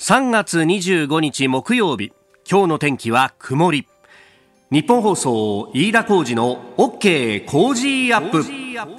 3月25日木曜日、今日の天気は曇り。日本放送飯田浩司の OK 工事アップ。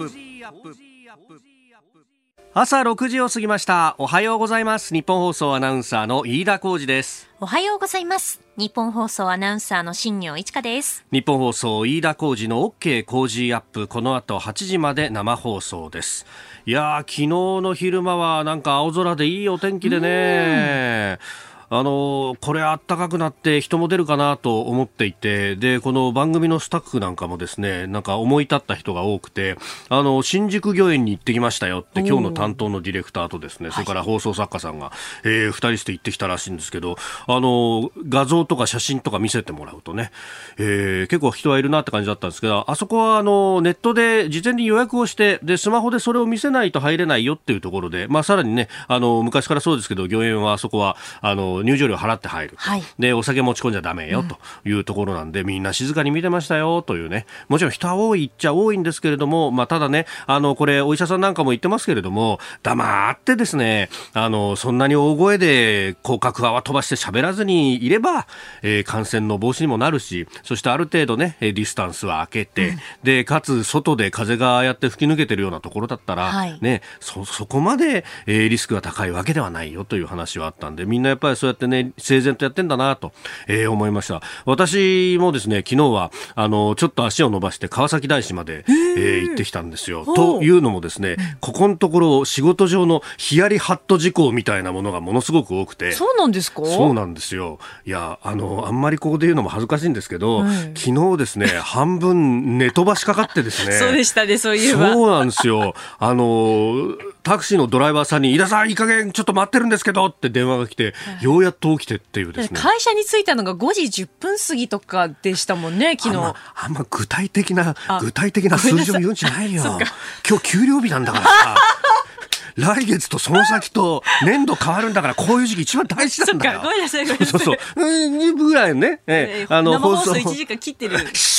朝6時を過ぎました。おはようございます。日本放送アナウンサーの飯田浩司です。 おはようございます。日本放送アナウンサーの新業一華です。 日本放送飯田浩司の OK 工事アップ、この後8時まで生放送です。いやー、昨日の昼間はなんか青空でいいお天気でね、これ暖かくなって人も出るかなと思っていて、でこの番組のスタッフなんかもですね、なんか思い立った人が多くて、新宿御苑に行ってきましたよって今日の担当のディレクターとですね、それから放送作家さんが、2人して行ってきたらしいんですけど、画像とか写真とか見せてもらうとね、結構人はいるなって感じだったんですけど、あそこはネットで事前に予約をして、でスマホでそれを見せないと入れないよっていうところで、さらにね、昔からそうですけど、御苑はあそこは入場料払って入る、はい、でお酒持ち込んじゃダメよというところなんで、みんな静かに見てましたよというね。もちろん人は多いっちゃ多いんですけれども、ただね、これお医者さんなんかも言ってますけれども、黙ってですね、そんなに大声で口角泡飛ばして喋らずにいれば、感染の防止にもなるし、そしてある程度ねディスタンスは空けて、でかつ外で風がやって吹き抜けてるようなところだったら、はいね、そこまで、リスクが高いわけではないよという話はあったんで、みんなやっぱりそうやってね、整然とやってんだなと、思いました。私もですね、昨日はちょっと足を伸ばして川崎大師まで、行ってきたんですよ。というのもですね、ここのところ仕事上のヒヤリハット事項みたいなものがものすごく多くて。 そうなんですか？ そうなんですよ。いや、あんまりここで言うのも恥ずかしいんですけど、昨日ですね、半分寝飛ばしかかってですねそうでしたね、そういえば。 そうなんですよ。タクシーのドライバーさんに、飯田さんいい加減ちょっと待ってるんですけどって電話が来て、ようやっと起きてっていうですね。 会社に着いたのが5時10分過ぎとかでしたもんね、昨日。 あんま具体的な数字を言うんじゃないよ。今日給料日なんだからさ来月とその先と年度変わるんだから、こういう時期一番大事なんだよ。 ごめんなさい、ごめんなさい。 そう2分ぐらいね、 生放送1時間切ってる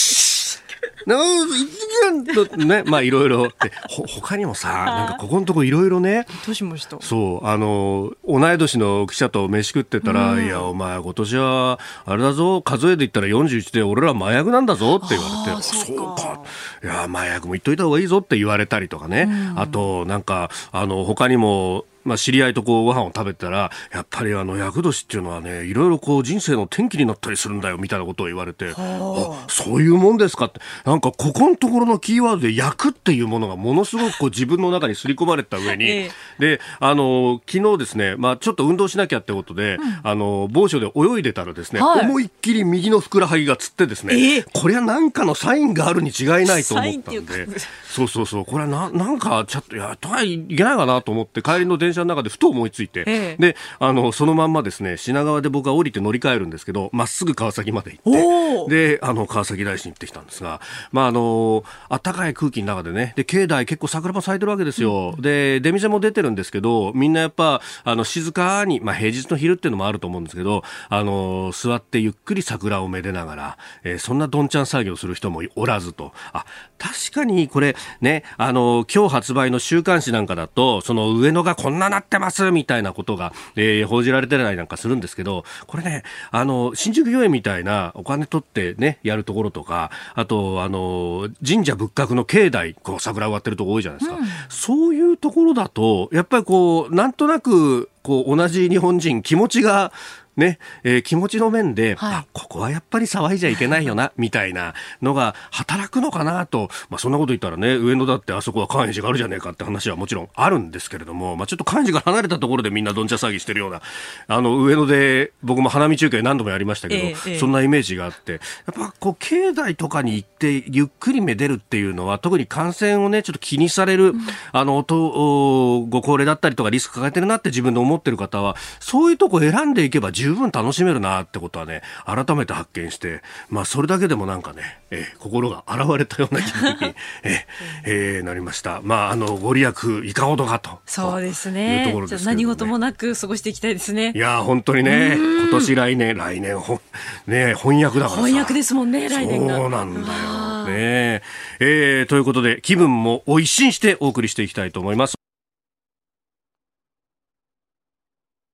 ね、いろいろ他にもさ、なんかここのとこいろいろね。 どうしました？ そう、同い年の記者と飯食ってたら、いやお前今年はあれだぞ、数えで言ったら41で俺ら麻薬なんだぞって言われて、そうか、いや麻薬も言っといた方がいいぞって言われたりとかね、あとなんか他にも知り合いとこうご飯を食べたら、やっぱり厄年っていうのはね、いろいろこう人生の転機になったりするんだよみたいなことを言われて、そういうもんですかって。なんかここのところのキーワードで役っていうものがものすごくこう自分の中に刷り込まれた上に、で昨日ですね、ちょっと運動しなきゃってことで、某所で泳いでたらですね、思いっきり右のふくらはぎがつってですね、これは何かのサインがあるに違いないと思ったんで、そうこれはなんかちょっとやったらいけないかなと思って、帰りの電車の中でふと思いついて、でそのまんまですね、品川で僕は降りて乗り換えるんですけど、まっすぐ川崎まで行って、で川崎大師に行ってきたんですが、暖かい空気の中でね、で境内結構桜も咲いてるわけですよ。で出店も出てるんですけど、みんなやっぱ静かに、平日の昼っていうのもあると思うんですけど、座ってゆっくり桜をめでながら、そんなどんちゃん作業する人もおらずと。確かにこれね、今日発売の週刊誌なんかだと、その上野がこんななってますみたいなことが、報じられてたりなんかするんですけど、これね、新宿御苑みたいなお金取ってねやるところとか、あと神社仏閣の境内、こう桜植わってるとこ多いじゃないですか、そういうところだとやっぱりこうなんとなくこう同じ日本人気持ちがね、気持ちの面で、ここはやっぱり騒いじゃいけないよなみたいなのが働くのかなと。そんなこと言ったらね、上野だってあそこは寛永寺があるじゃねえかって話はもちろんあるんですけれども、ちょっと寛永寺が離れたところでみんなどんちゃ騒ぎしてるような、上野で僕も花見中継何度もやりましたけど、そんなイメージがあって、やっぱこう境内とかに行ってゆっくりめでるっていうのは、特に感染をねちょっと気にされる、ご高齢だったりとかリスク抱えてるなって自分で思ってる方は、そういうとこ選んでいけば十分楽しめるなってことはね、改めて発見して、それだけでもなんかね、心が洗われたような気分に、なりました。ご利益いかほどかと。 そうですね。いうところですけどね。何事もなく過ごしていきたいですね。 いや本当にね、今年来年ね、翻訳だからさ。 翻訳ですもんね、来年が。 そうなんだよね。ということで気分も一新してお送りしていきたいと思います。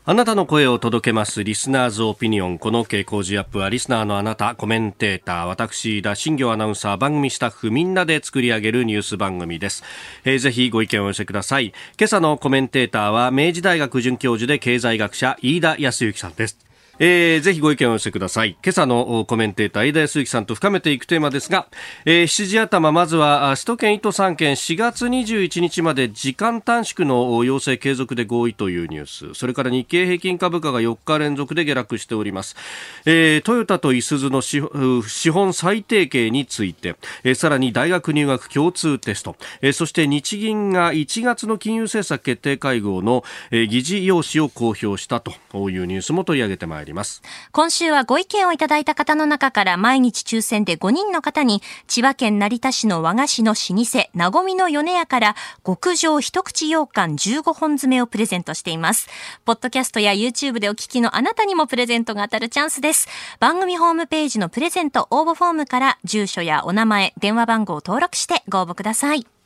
あなたの声を届けますリスナーズオピニオン。この傾向時アップはリスナーのあなた、コメンテーター、私田新行アナウンサー、番組スタッフみんなで作り上げるニュース番組です。ぜひご意見をお寄せください。今朝のコメンテーターは明治大学准教授で経済学者飯田康之さんです。ぜひご意見を寄せください。今朝のコメンテーター飯田康之さんと深めていくテーマですが、7時頭、まずは首都圏1都3県4月21日まで時間短縮の要請継続で合意というニュース、それから日経平均株価が4日連続で下落しております。トヨタといすゞの資本最低形について、さらに大学入学共通テスト、そして日銀が1月の金融政策決定会合の、議事要旨を公表したというニュースも取り上げてまいります。 今週はご意見をいただいた方の中から毎日抽選で5人の方に千葉県成田市の和菓子の老舗なごみの米屋から極上一口羊羹15本詰めをプレゼントしています。ポッドキャストや YouTube でお聞きのあなたにもプレゼントが当たるチャンスです。番組ホームページのプレゼント応募フォームから住所やお名前、電話番号を登録してご応募ください。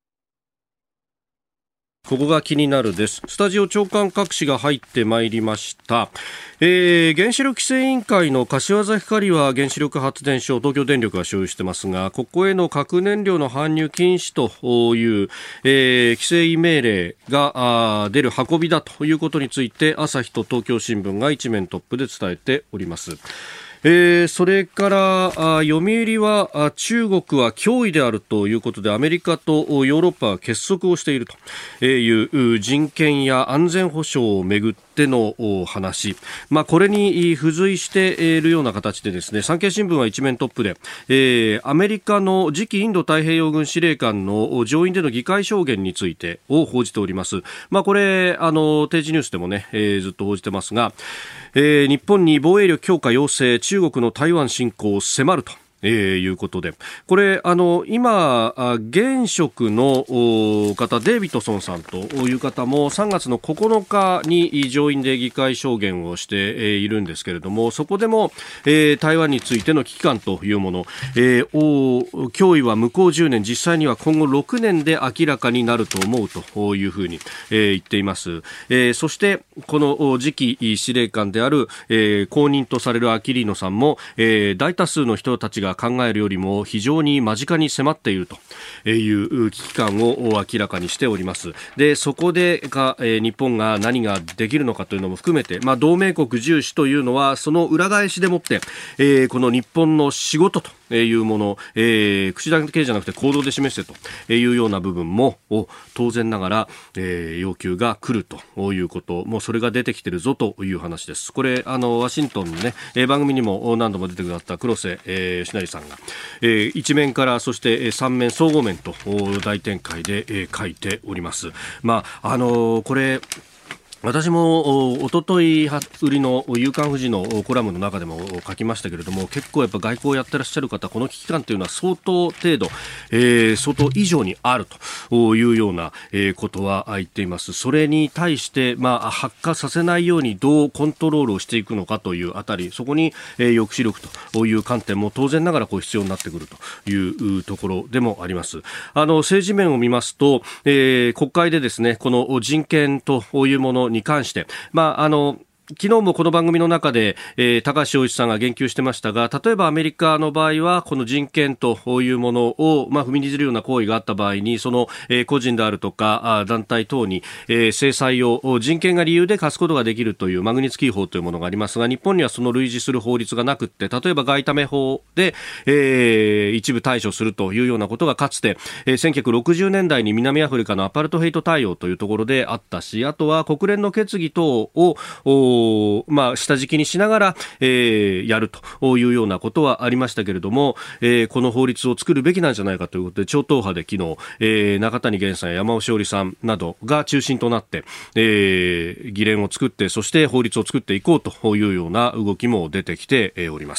ここが気になるです。スタジオ長官各紙が入ってまいりました。原子力規制委員会の柏崎刈羽原子力発電所、東京電力が所有してますが、ここへの核燃料の搬入禁止という、規制命令が出る運びだということについて、朝日と東京新聞が一面トップで伝えております。それから読売は中国は脅威であるということでアメリカとヨーロッパは結束をしているという人権や安全保障をめぐっての話、これに付随しているような形でですね、産経新聞は一面トップで、アメリカの次期インド太平洋軍司令官の上院での議会証言についてを報じております。これ定時ニュースでもね、ずっと報じてますが、日本に防衛力強化要請、中国の台湾侵攻を迫るということで、これ今現職の方デイビッドソンさんという方も3月の9日に上院で議会証言をしているんですけれども、そこでも台湾についての危機感というもの、脅威は向こう10年、実際には今後6年で明らかになると思うというふうに言っています。そしてこの次期司令官である後任とされるアキリーノさんも大多数の人たちが考えるよりも非常に間近に迫っているという危機感を明らかにしております。で、そこで日本が何ができるのかというのも含めて、同盟国重視というのはその裏返しでもって、この日本の仕事というもの、口だけじゃなくて行動で示してというような部分も当然ながら、要求が来るということ、もうそれが出てきてるぞという話です。これワシントンのね、番組にも何度も出てくださった黒瀬義成さんが、一面からそして三面総合面と大展開で、書いております。これ私もおととい売りの夕刊フジのコラムの中でも書きましたけれども、結構やっぱ外交をやってらっしゃる方、この危機感というのは相当程度、相当以上にあるというようなことは言っています。それに対して発火させないようにどうコントロールをしていくのかというあたり、そこに抑止力という観点も当然ながら必要になってくるというところでもあります。政治面を見ますと、国会でですね、この人権というものに関して、昨日もこの番組の中で、高橋洋一さんが言及してましたが、例えばアメリカの場合はこの人権というものを、踏みにじるような行為があった場合に、その、個人であるとか団体等に、制裁を人権が理由で科すことができるというマグニツキー法というものがありますが、日本にはその類似する法律がなくって、例えば外為法で、一部対処するというようなことがかつて、1960年代に南アフリカのアパルトヘイト対応というところであったし、あとは国連の決議等を下敷きにしながら、やるというようなことはありましたけれども、この法律を作るべきなんじゃないかということで超党派で昨日、中谷元さんや山尾志織さんなどが中心となって、議連を作って、そして法律を作っていこうというような動きも出てきております。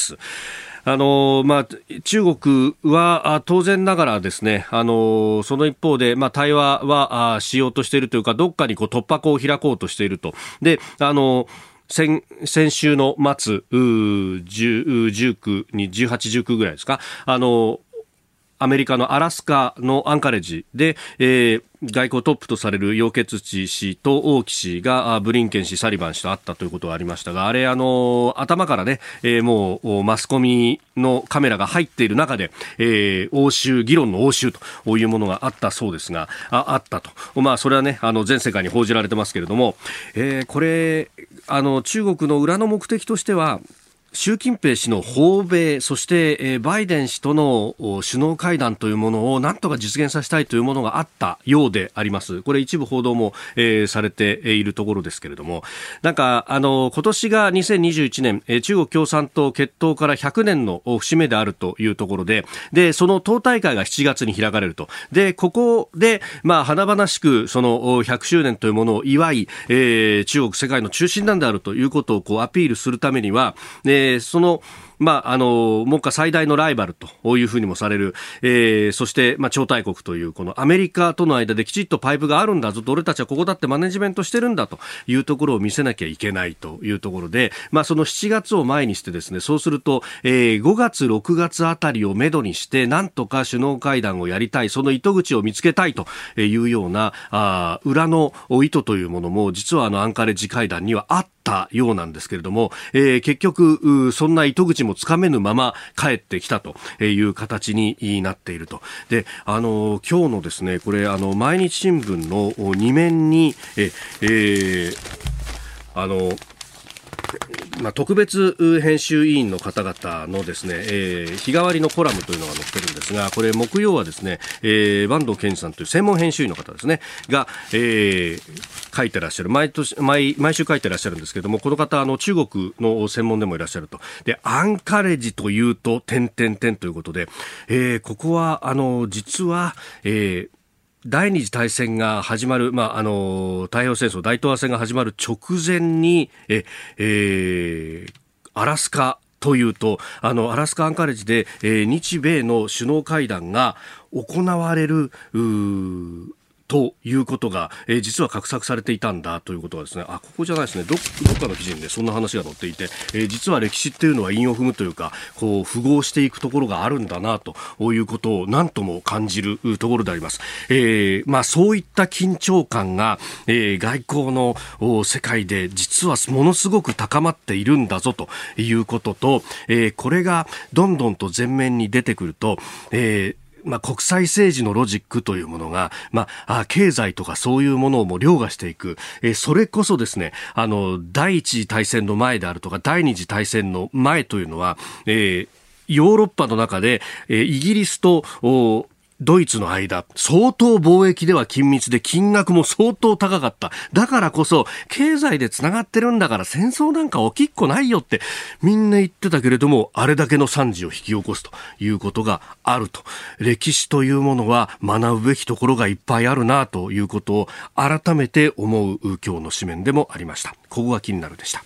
中国は当然ながらですね、その一方で、対話はしようとしているというか、どっかに突破口を開こうとしていると。で、先週の末、19に18、19ぐらいですか、 アメリカのアラスカのアンカレッジで、外交トップとされる楊潔チ氏と王毅氏がブリンケン氏、サリバン氏と会ったということがありましたが、あれ頭からね、もうマスコミのカメラが入っている中で、議論の応酬というものがあったそうですが、あったと。それはね、全世界に報じられてますけれども、これ、中国の裏の目的としては、習近平氏の訪米、そしてバイデン氏との首脳会談というものを何とか実現させたいというものがあったようであります。これ一部報道もされているところですけれども、なんか今年が2021年、中国共産党結党から100年の節目であるというところで、その党大会が7月に開かれると。で、ここで華々しくその100周年というものを祝い、中国世界の中心なんであるということをアピールするためには、その目下最大のライバルというふうにもされる、そして、超大国というこのアメリカとの間できちっとパイプがあるんだぞと、俺たちはここだってマネジメントしてるんだというところを見せなきゃいけないというところで、その7月を前にしてですね、そうすると、5月6月あたりをめどにしてなんとか首脳会談をやりたい、その糸口を見つけたいというような裏の意図というものも実はアンカレッジ会談にはあったようなんですけれども、結局そんな糸口もつかめぬまま帰ってきたという形になっていると。で、今日のですね、これ毎日新聞の2面に特別編集委員の方々のですね、日替わりのコラムというのが載ってるんですが、これ木曜はですね、坂東健二さんという専門編集員の方ですねが、書いてらっしゃる、毎週書いてらっしゃるんですけれども、この方中国の専門でもいらっしゃると。で、アンカレッジというとということで、ここは実は、第二次大戦が始まる、太平洋戦争、大東亜戦が始まる直前に、アラスカというと、アラスカアンカレッジで、日米の首脳会談が行われる、ということが、実は画策されていたんだということがですね、ここじゃないですね、どっかの記事にね、そんな話が載っていて、実は歴史っていうのは韻を踏むというか、符合していくところがあるんだなということを何とも感じるところであります。そういった緊張感が、外交の世界で実はものすごく高まっているんだぞということと、これがどんどんと前面に出てくると、国際政治のロジックというものが、経済とかそういうものをも凌駕していく、それこそですね、第一次大戦の前であるとか第二次大戦の前というのは、ヨーロッパの中で、イギリスとドイツの間、相当貿易では緊密で金額も相当高かった。だからこそ経済でつながってるんだから戦争なんか起きっこないよってみんな言ってたけれども、あれだけの惨事を引き起こすということがあると。歴史というものは学ぶべきところがいっぱいあるなということを改めて思う今日の紙面でもありました。ここが気になるでした。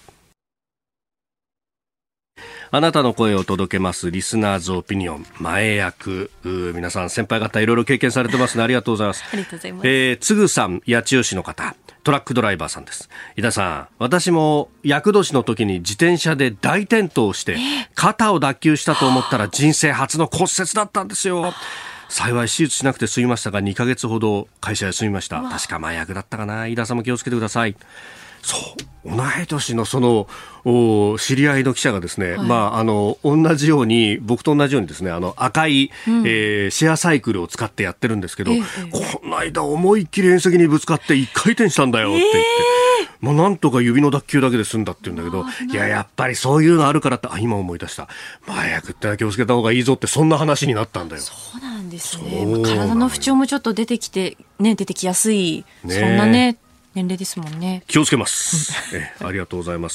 あなたの声を届けますリスナーズオピニオン前役、皆さん先輩方いろいろ経験されてますね。ありがとうございます。 ありがとうございます。 つぐさん、八千代市の方、トラックドライバーさんです。井田さん、私も厄年の時に自転車で大転倒して肩を脱臼したと思ったら人生初の骨折だったんですよ。幸い手術しなくて済みましたが2ヶ月ほど会社休みました。確か麻薬だったかな。井田さんも気をつけてください。そう、同い年のその知り合いの記者がですね、同じように僕と同じようにですね、赤い、シェアサイクルを使ってやってるんですけど、この間思いっきり縁石にぶつかって1回転したんだよって言って、なんとか指の脱臼だけで済んだって言うんだけど、やっぱりそういうのあるからって、今思い出した。麻薬って気をつけた方がいいぞって、そんな話になったんだよ。 そうなんですね。体の不調もちょっと出てきやすい、そんなね、年齢ですもんね。 気をつけます。ありがとうございます。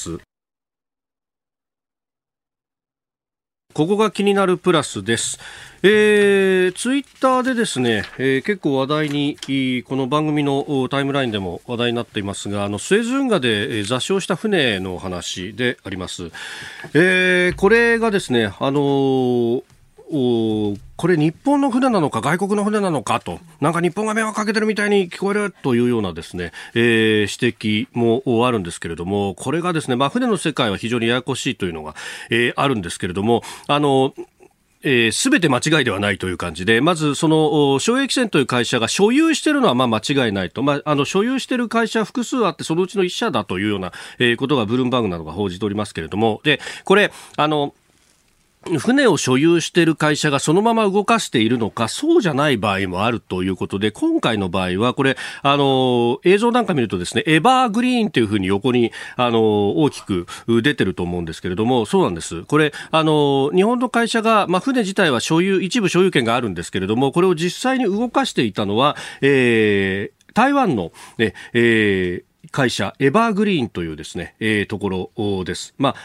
ここが気になるプラスです。ツイッターでですね、結構話題に、この番組のタイムラインでも話題になっていますが、スエズ運河で座礁した船の話であります。これがですね、これ日本の船なのか外国の船なのかと、なんか日本が迷惑かけてるみたいに聞こえるというようなですね、指摘もあるんですけれども、これがですね、船の世界は非常にややこしいというのが、あるんですけれども、 全て間違いではないという感じで、まずその正益船という会社が所有しているのは間違いないと、所有している会社複数あってそのうちの1社だというようなことがブルームバーグなどが報じておりますけれども、でこれ船を所有している会社がそのまま動かしているのか、そうじゃない場合もあるということで、今回の場合はこれ映像なんか見るとですね、エバーグリーンというふうに横に大きく出てると思うんですけれども、そうなんです。これ日本の会社が、船自体は一部所有権があるんですけれども、これを実際に動かしていたのは、台湾の会社エバーグリーンというですね、ところです。が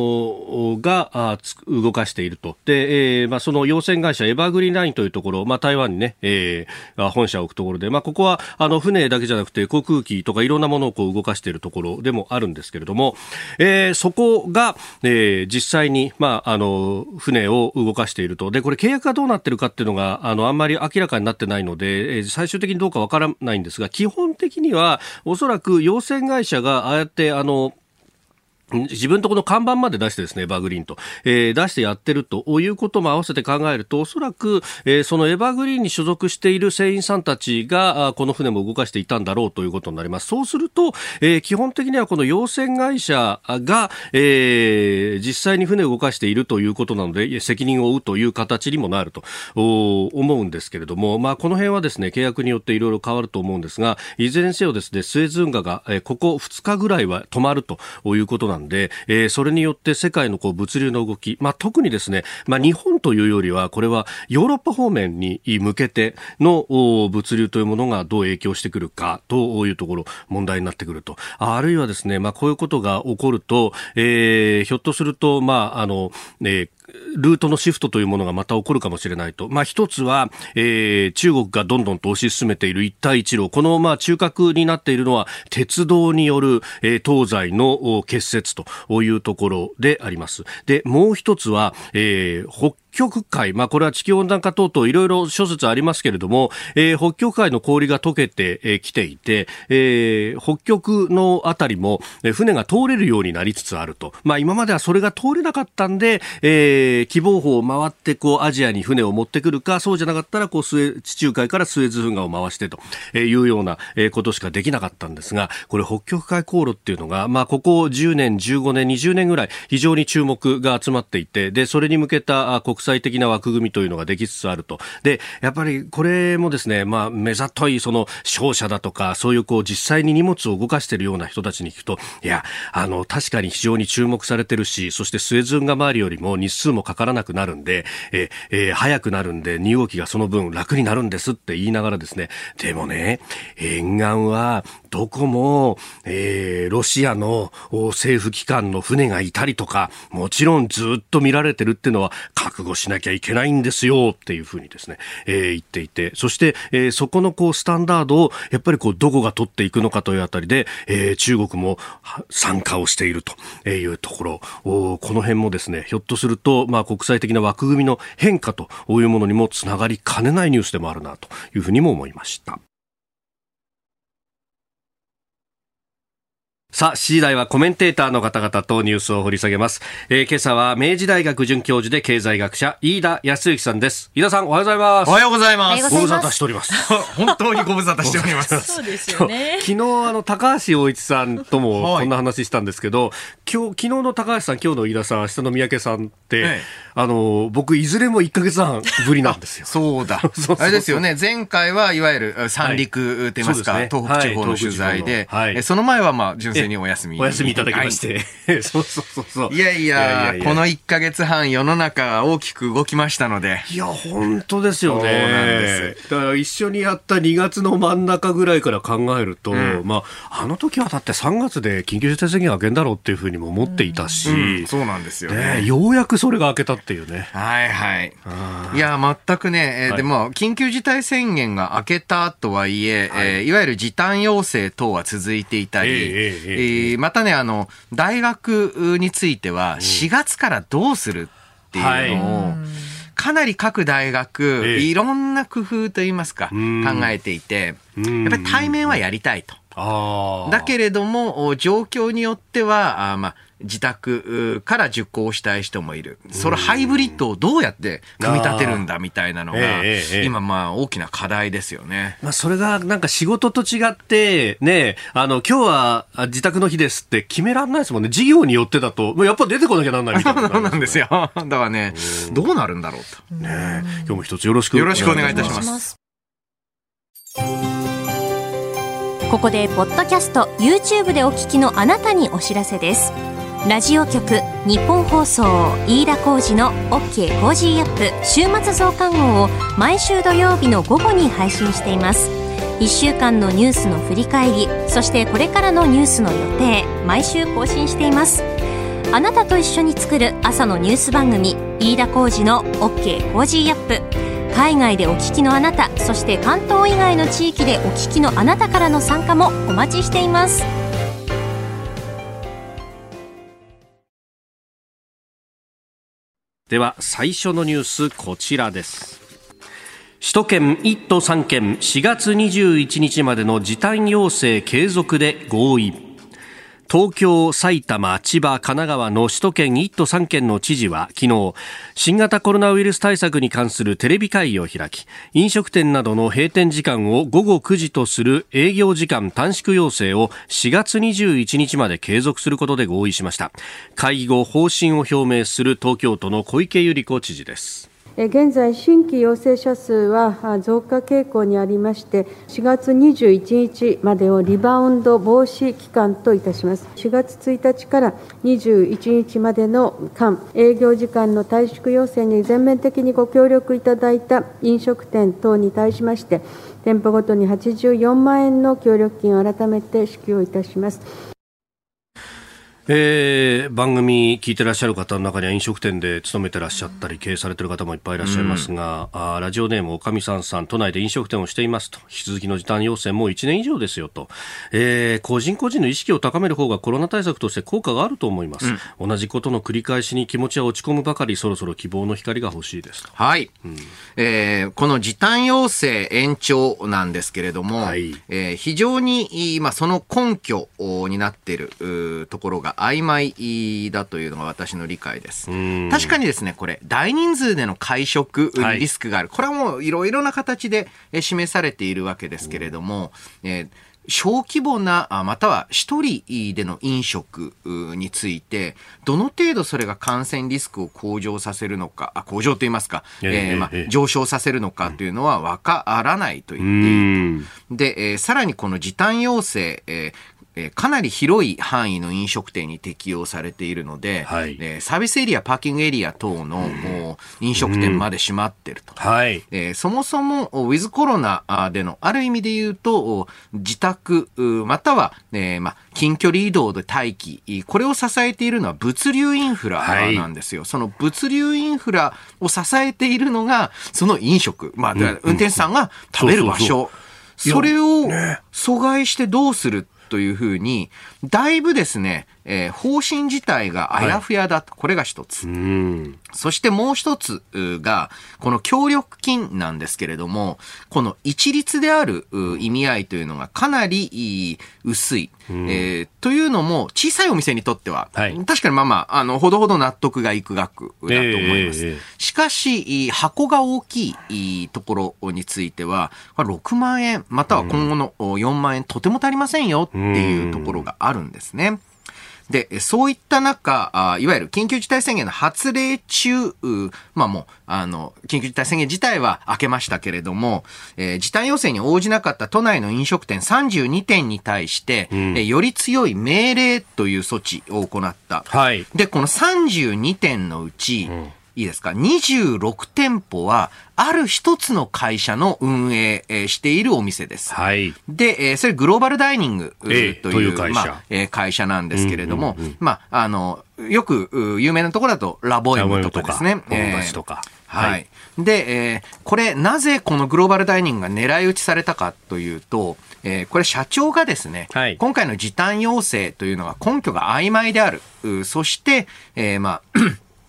動かしていると。で、その養船会社エバーグリーンラインというところ、台湾にね、本社を置くところで、ここは船だけじゃなくて航空機とかいろんなものをこう動かしているところでもあるんですけれども、そこが、実際に船を動かしていると。で、これ契約がどうなっているかっていうのがあんまり明らかになってないので、最終的にどうかわからないんですが、基本的にはおそらく養船会社がああやって自分のところの看板まで出してですね、エバーグリーンと、出してやってるということも合わせて考えると、おそらく、そのエバーグリーンに所属している船員さんたちがこの船も動かしていたんだろうということになります。そうすると、基本的にはこの養船会社が、実際に船を動かしているということなので、責任を負うという形にもなると思うんですけれども、この辺はですね、契約によっていろいろ変わると思うんですが、いずれにせよですね、スエズ運河が、ここ2日ぐらいは止まるということなんで、それによって世界の物流の動き、特にですね、日本というよりはこれはヨーロッパ方面に向けての物流というものがどう影響してくるかというところ問題になってくると。あるいはですね、こういうことが起こると、ひょっとするとルートのシフトというものがまた起こるかもしれないと。一つは、中国がどんどんと推し進めている一帯一路。この中核になっているのは鉄道による、東西の結節というところであります。で、もう一つは、北極海、これは地球温暖化等々いろいろ諸説ありますけれども、北極海の氷が溶けてきていて、北極のあたりも船が通れるようになりつつあると。今まではそれが通れなかったんで、喜望峰を回ってアジアに船を持ってくるか、そうじゃなかったら地中海からスエズ運河を回してというようなことしかできなかったんですが、これ北極海航路っていうのが、ここ10年、15年、20年ぐらい非常に注目が集まっていて、で、それに向けた国際的な枠組みというのができつつあると。で、やっぱりこれもですね、目ざといその商社だとか、そういう実際に荷物を動かしているような人たちに聞くと、いや、確かに非常に注目されてるし、そしてスエズ運河周りよりも日数もかからなくなるんで、早くなるんで荷動きがその分楽になるんですって言いながらですね、でもね、沿岸はどこも、ロシアの政府機関の船がいたりとか、もちろんずっと見られてるっていうのは覚悟しなきゃいけないんですよっていうふうにですね、言っていて、そして、そこのスタンダードをやっぱりどこが取っていくのかというあたりで、中国も参加をしているというところ、この辺もですね、ひょっとすると、国際的な枠組みの変化というものにもつながりかねないニュースでもあるなというふうにも思いました。さあ、7時台はコメンテーターの方々とニュースを掘り下げます。今朝は明治大学准教授で経済学者飯田康之さんです。飯田さん、おはようございます。 おはようございます。 ご無沙汰しております。 本当にご無沙汰しております。 そうですよね。 昨日高橋洋一さんともこんな話したんですけど、昨日の高橋さん、今日の飯田さん、明日の三宅さんって、僕いずれも1ヶ月半ぶりなんですよ。 そうだ。あれですよね。前回はいわゆる三陸と言いますか、東北地方の取材で、その前は純粋にお休みいただきまして、そう。 いやこの1ヶ月半世の中大きく動きましたので。 いや本当ですよね。 そうなんです。 だから一緒にやった2月の真ん中ぐらいから考えると、あの時はだって3月で緊急事態宣言が明けんだろうっていうふうにも思っていたし、 そうなんですよね。 ようやくそれが明けたっていうね。 いや全くね、でも緊急事態宣言が明けたとはいえ、いわゆる時短要請等は続いていたり、またね、大学については4月からどうするっていうのを、かなり各大学、いろんな工夫といいますか、考えていて、やっぱり対面はやりたいと。 だけれども、状況によっては、自宅から受講したい人もいる。そのハイブリッドをどうやって組み立てるんだみたいなのが、今大きな課題ですよね。 それがなんか仕事と違って、ね、今日は自宅の日ですって決められないですもんね。事業によってだと、やっぱ出てこなきゃなんないみたいな、 そうなんですよ。だからね、どうなるんだろうと。 ね、今日も一つよろしくお願いいたします。 ここでポッドキャスト YouTube でお聞きのあなたにお知らせです。ラジオ局日本放送飯田浩司の OK コージーアップ週末増刊号を毎週土曜日の午後に配信しています。1週間のニュースの振り返り、そしてこれからのニュースの予定、毎週更新しています。あなたと一緒に作る朝のニュース番組、飯田浩司の OK コージーアップ。海外でお聞きのあなた、そして関東以外の地域でお聞きのあなたからの参加もお待ちしています。 では最初のニュース、こちらです。首都圏1都3県4月21日までの時短要請継続で合意。東京、埼玉、千葉、神奈川の首都圏1都3県の知事は昨日、新型コロナウイルス対策に関するテレビ会議を開き、飲食店などの閉店時間を午後9時とする営業時間短縮要請を4月21日まで継続することで合意しました。会議後、方針を表明する東京都の小池百合子知事です。 現在、新規陽性者数は増加傾向にありまして、4月21日までをリバウンド防止期間といたします。4月1日から21日までの間、営業時間の短縮要請に全面的にご協力いただいた飲食店等に対しまして、店舗ごとに84万円の協力金を改めて支給をいたします。 番組聞いてらっしゃる方の中には飲食店で勤めてらっしゃったり経営されている方もいっぱいいらっしゃいますが、ラジオネームおかみさん、都内で飲食店をしていますと、引き続きの時短要請もう1年以上ですよと、個人個人の意識を高める方がコロナ対策として効果があると思います、同じことの繰り返しに気持ちは落ち込むばかり、そろそろ希望の光が欲しいですと。 はい、この時短要請延長なんですけれども、非常に、その根拠になっているところが曖昧だというのが私の理解です。確かにですね、これ大人数での会食にリスクがある、これはもういろいろな形で示されているわけですけれども、小規模なまたは一人での飲食についてどの程度それが感染リスクを向上させるのか、向上といいますか、上昇させるのかというのは分からないと言っていると。で、さらにこの時短要請、かなり広い範囲の飲食店に適用されているので、サービスエリア、パーキングエリア等の飲食店まで閉まっていると。そもそもウィズコロナでのある意味で言うと自宅または、近距離移動で待機、これを支えているのは物流インフラなんですよ。その物流インフラを支えているのがその飲食、運転手さんが食べる場所、それを阻害してどうするというふうに、だいぶですね、方針自体があやふやだと、これが一つ。そしてもう一つが、この協力金なんですけれども、この一律である意味合いというのがかなり薄い。というのも、小さいお店にとっては、確かにほどほど納得がいく額だと思います。しかし、箱が大きいところについては、6万円、または今後の4万円、とても足りませんよっていうところがあるんですね。で、そういった中、いわゆる緊急事態宣言の発令中、もう、緊急事態宣言自体は明けましたけれども、時短要請に応じなかった都内の飲食店32店に対して、より強い命令という措置を行った。で、この32店のうち、いいですか、26店舗はある一つの会社の運営しているお店です。で、それグローバルダイニングという会社なんですけれども、よく有名なところだとラボエムとかですね。で、これなぜこのグローバルダイニングが狙い撃ちされたかというと、これ社長がですね、今回の時短要請というのは根拠が曖昧である。そして、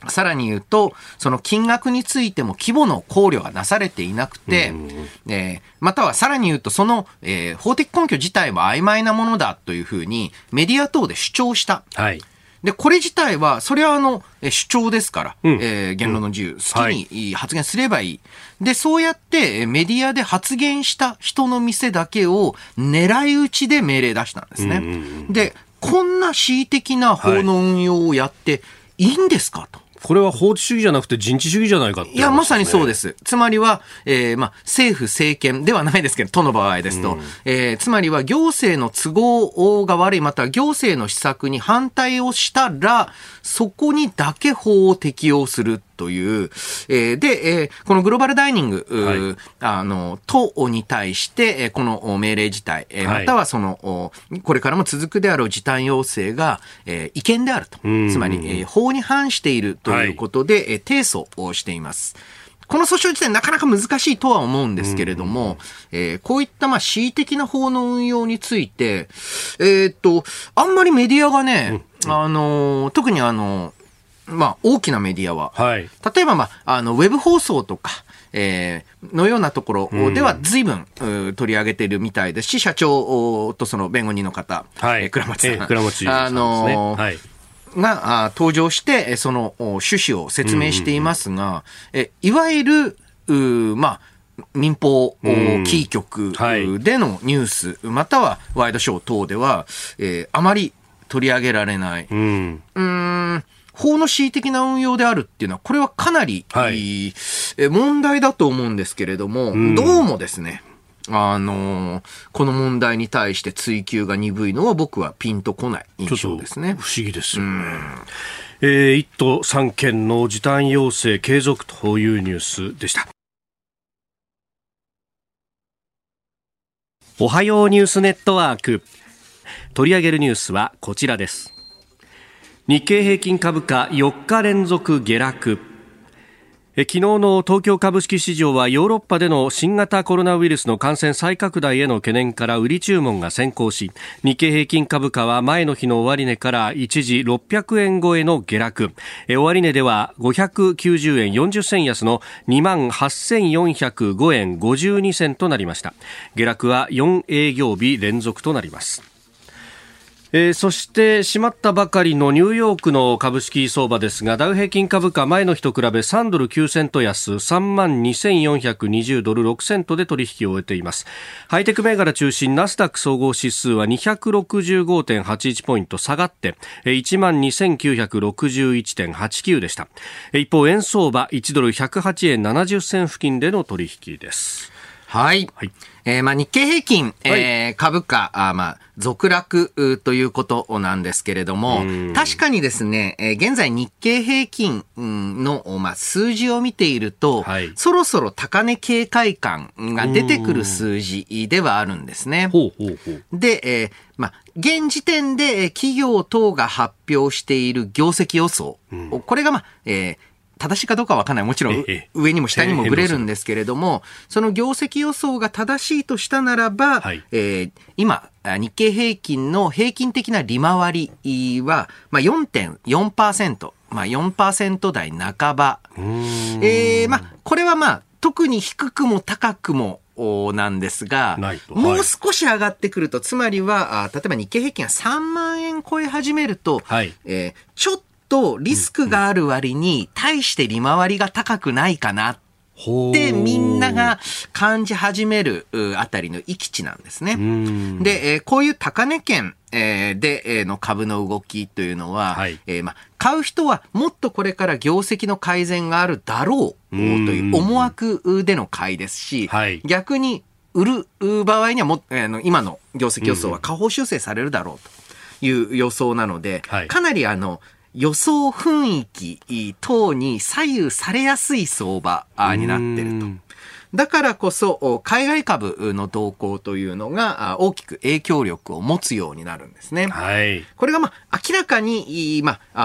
さらに言うと、その金額についても規模の考慮がなされていなくて、またはさらに言うと、その、法的根拠自体は曖昧なものだというふうにメディア等で主張した。 はい。 で、これ自体は、それは主張ですから、言論の自由、好きに発言すればいい。で、そうやってメディアで発言した人の店だけを狙い撃ちで命令出したんですね。で、こんな恣意的な法の運用をやっていいんですかと。 これは法治主義じゃなくて人治主義じゃないかって、ね、 いや、まさにそうです。つまりは、政府政権ではないですけど、都の場合ですと、つまりは行政の都合が悪い、または行政の施策に反対をしたら、そこにだけ法を適用するという、で、このグローバルダイニング、党に対して、この命令自体、またはこれからも続くであろう時短要請が、違憲であると。つまり、法に反しているということで、提訴をしています。この訴訟自体なかなか難しいとは思うんですけれども、こういった恣意的な法の運用について、あんまりメディアがね、特に大きなメディアは、例えば、ウェブ放送とか、のようなところでは随分取り上げているみたいですし、社長とその弁護人の方、倉持さん。 倉持さんですね。 が登場して、その趣旨を説明していますが、いわゆる、民放キー局でのニュース、またはワイドショー等では、あまり取り上げられない。法の恣意的な運用であるっていうのは、これはかなり、問題だと思うんですけれども、どうもですね、この問題に対して追及が鈍いのは僕はピンとこない印象ですね。 不思議ですよね。1都3県の時短要請継続というニュースでした。おはようニュースネットワーク、取り上げるニュースはこちらです。日経平均株価4日連続下落。昨日の東京株式市場はヨーロッパでの新型コロナウイルスの感染再拡大への懸念から売り注文が先行し、日経平均株価は前の日の終値から一時600円超えの下落。終値では590円40銭安の 28,405 円52銭となりました。下落は4営業日連続となります。そして閉まったばかりのニューヨークの株式相場ですが、ダウ平均株価前の日と比べ3ドル9セント安、32,420ドル6セントで取引を終えています。ハイテク銘柄中心ナスダック総合指数は 265.81 ポイント下がって12,961.89 でした。一方円相場1ドル108円70銭付近での取引です。 はい。日経平均、株価、続落ということなんですけれども、確かにですね、現在日経平均の、数字を見ていると、そろそろ高値警戒感が出てくる数字ではあるんですね。で、現時点で企業等が発表している業績予想、これが正しいかどうかは分からない。もちろん上にも下にもぶれるんですけれども、その業績予想が正しいとしたならば、今、日経平均の平均的な利回りは、4.4%、4% 台半ば。これは特に低くも高くもなんですが、もう少し上がってくると、つまりは、例えば日経平均が3万円超え始めると、ちょっとリスクがある割に対して利回りが高くないかなってみんなが感じ始めるあたりの域値なんですね。で、こういう高値圏での株の動きというのは、買う人はもっとこれから業績の改善があるだろうという思惑での買いですし、逆に売る場合には今の業績予想は下方修正されるだろうという予想なので、かなり予想雰囲気等に左右されやすい相場になっていると。だからこそ海外株の動向というのが大きく影響力を持つようになるんですね。これが明らかに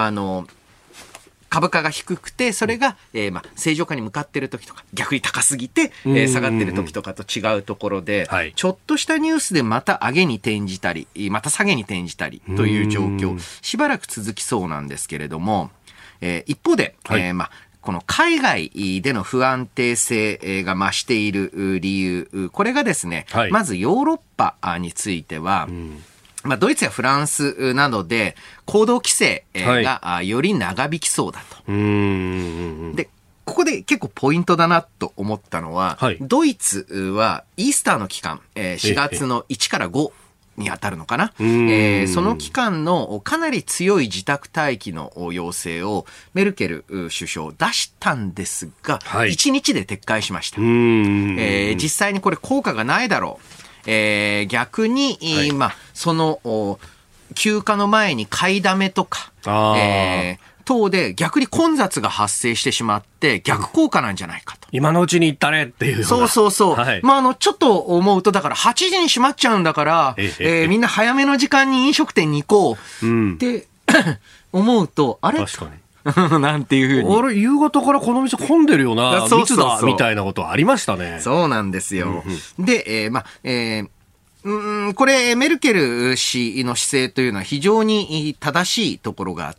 株価が低くて、それが正常化に向かっている時とか、逆に高すぎて下がっている時とかと違うところで、ちょっとしたニュースでまた上げに転じたり、また下げに転じたりという状況、しばらく続きそうなんですけれども、 一方で、 はい、 この海外での不安定性が増している理由、これがですね、はい、まずヨーロッパについては、ドイツやフランスなどで行動規制がより長引きそうだと。で、ここで結構ポイントだなと思ったのは、はい、ドイツはイースターの期間、4月の1から5に当たるのかな、その期間のかなり強い自宅待機の要請をメルケル首相出したんですが、はい、1日で撤回しました。実際にこれ効果がないだろう。逆に、はい、その休暇の前に買いだめとか、等で逆に混雑が発生してしまって逆効果なんじゃないかと。 今のうちに行ったねっていうような。 そうそうそう。はい、ちょっと思うと、だから8時に閉まっちゃうんだから、みんな早めの時間に飲食店に行こうって、思うと、あれ確かに。 なんていうふうに。 あれ、夕方からこの店混んでるよな、密だ、みたいなことありましたね。 そうなんですよ。で、これ、メルケル氏の姿勢というのは非常に正しいところがあって、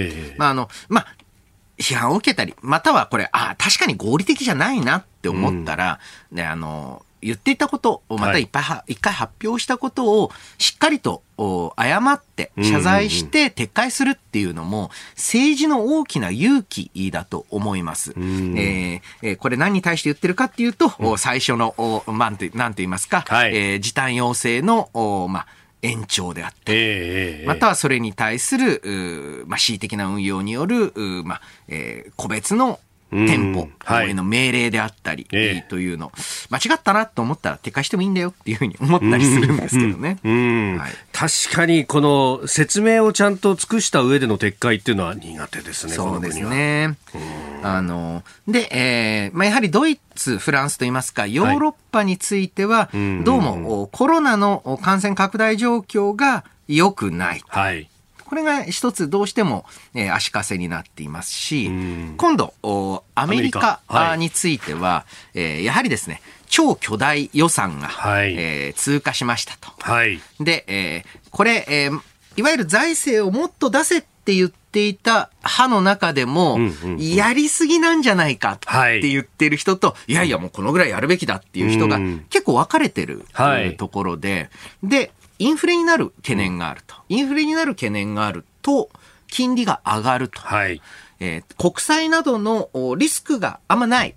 批判を受けたり、またはこれ、確かに合理的じゃないなって思ったら、言っていたことを、また一回発表したことをしっかりと謝って謝罪して撤回するっていうのも政治の大きな勇気だと思います。これ何に対して言ってるかっていうと、最初の、なんて言いますか、時短要請の、延長であったり、またはそれに対する、恣意的な運用による、個別の店舗への命令であったり、というの、間違ったなと思ったら撤回してもいいんだよっていうふうに思ったりするんですけどね。 確かにこの説明をちゃんと尽くした上での撤回っていうのは苦手ですね。 そうですね。で、やはりドイツ、フランスといいますか、ヨーロッパについては、どうもコロナの感染拡大状況が良くない。これが一つどうしても足かせになっていますし、今度アメリカについては、やはりですね、超巨大予算が、通過しましたと。で、これ、いわゆる財政をもっと出せって言っていた派の中でも、やりすぎなんじゃないかって言ってる人と、いやいやもうこのぐらいやるべきだっていう人が結構分かれてるところで、で、インフレになる懸念があると。インフレになる懸念があると、金利が上がると。国債などのリスクがあんまない、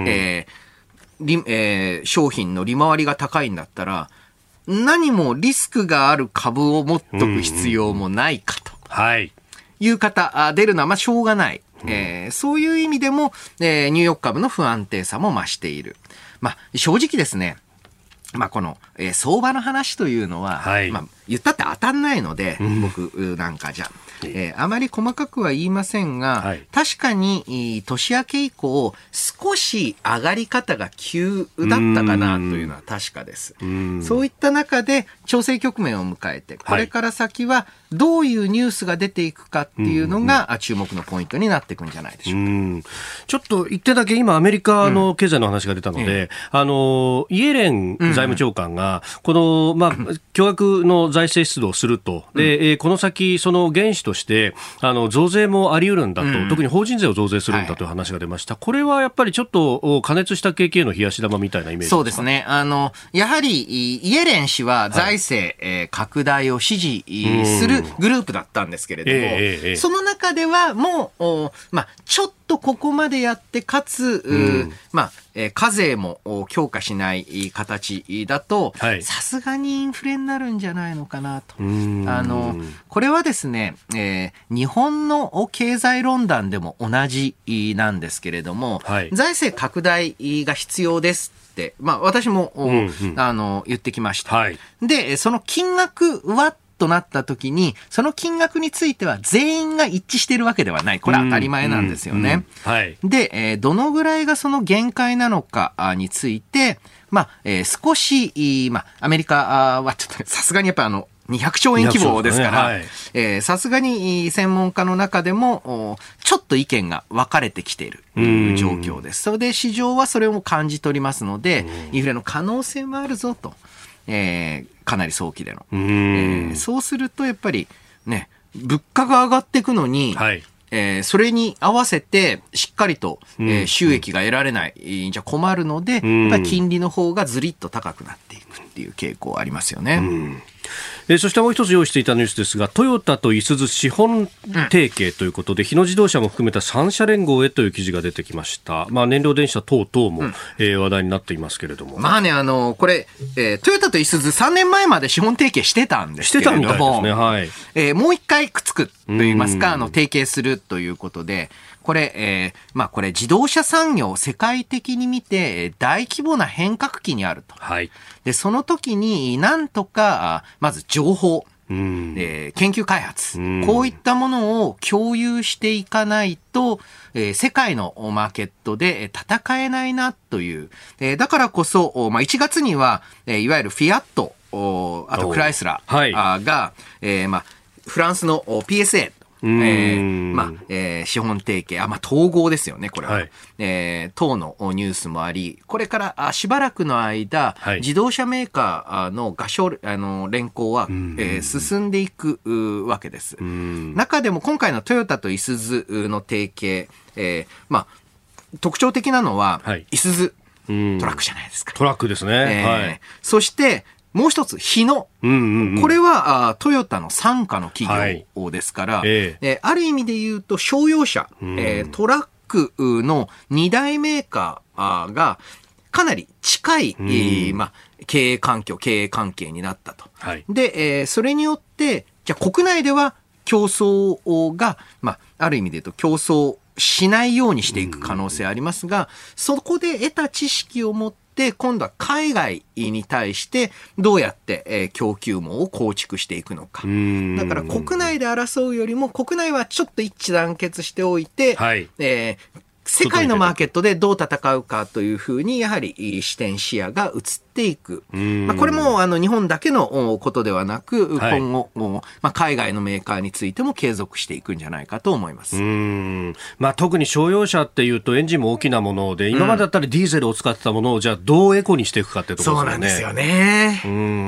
商品の利回りが高いんだったら、何もリスクがある株を持っとく必要もないかと。いう方、出るのはしょうがない。そういう意味でも、ニューヨーク株の不安定さも増している。正直ですね、この、相場の話というのは、言ったって当たんないので、僕なんかじゃ。あまり細かくは言いませんが、確かに年明け以降少し上がり方が急だったかなというのは確かです。そういった中で調整局面を迎えて、これから先はどういうニュースが出ていくかっていうのが注目のポイントになっていくんじゃないでしょうか。 ちょっと一点だけ今アメリカの経済の話が出たので、イエレン財務長官がこの、巨額の財政出動をすると。で、この先その原資として増税もあり得るんだと、特に法人税を増税するんだという話が出ました。これはやっぱりちょっと加熱した景気への冷やし玉みたいなイメージですか？ そうですね。やはりイエレン氏は財政、拡大を支持するグループだったんですけれども、その中ではもう、ちょっとここまでやってかつ、課税も強化しない形だと、さすがにインフレになるんじゃないのかなと。これはですね、日本の経済論壇でも同じなんですけれども、財政拡大が必要ですって、私も、言ってきました。で、その金額はとなった時に、その金額については全員が一致しているわけではない。これは当たり前なんですよね。で、どのぐらいがその限界なのかについて、少し、アメリカはちょっとさすがにやっぱ200兆円規模ですから、さすがに専門家の中でもちょっと意見が分かれてきている状況です。それで市場はそれを感じ取りますので、インフレの可能性もあるぞと。かなり早期での。そうするとやっぱりね、物価が上がっていくのに、 それに合わせてしっかりと、収益が得られない、じゃ困るので、やっぱり金利の方がずりっと高くなっていくっていう傾向ありますよね。 そしてもう一つ用意していたニュースですが、トヨタといすゞ資本提携ということで、日野自動車も含めた3社連合へという記事が出てきました。燃料電車等々も、話題になっていますけれども。 これ、トヨタといすゞ3年前まで資本提携してたんですけれども、 してたみたいですね。はい。 もう一回くっつくといいますか、提携するということで、これ、これ自動車産業世界的に見て大規模な変革期にあると。 はい。 で、その時になんとか、まず情報、研究開発、こういったものを共有していかないと、世界のマーケットで戦えないなという。だからこそ、1月には、いわゆるフィアット、あとクライスラーが、フランスの PSA、資本提携、統合ですよね、これは。 はい、 等のニュースもあり、これからしばらくの間、自動車メーカーの合唱連行は、進んでいくわけです。中でも今回のトヨタといすゞの提携、特徴的なのは、いすゞトラックじゃないですか。 トラックですね。 そして、もう一つ、日野。これはトヨタの傘下の企業ですから、ある意味で言うと商用車、トラックの2大メーカーがかなり近い、経営関係になったと。で、それによって、じゃあ国内では競争が、ある意味で言うと競争しないようにしていく可能性ありますが、そこで得た知識を持ってで、今度は海外に対してどうやって、供給網を構築していくのか。だから国内で争うよりも国内はちょっと一致団結しておいて、世界のマーケットでどう戦うかというふうにやはり視点視野が移っていく。これも日本だけのことではなく、今後、海外のメーカーについても継続していくんじゃないかと思います。 特に商用車っていうとエンジンも大きなもので、今までだったらディーゼルを使ってたものをじゃあどうエコにしていくかってところですよね。 そうなんですよね。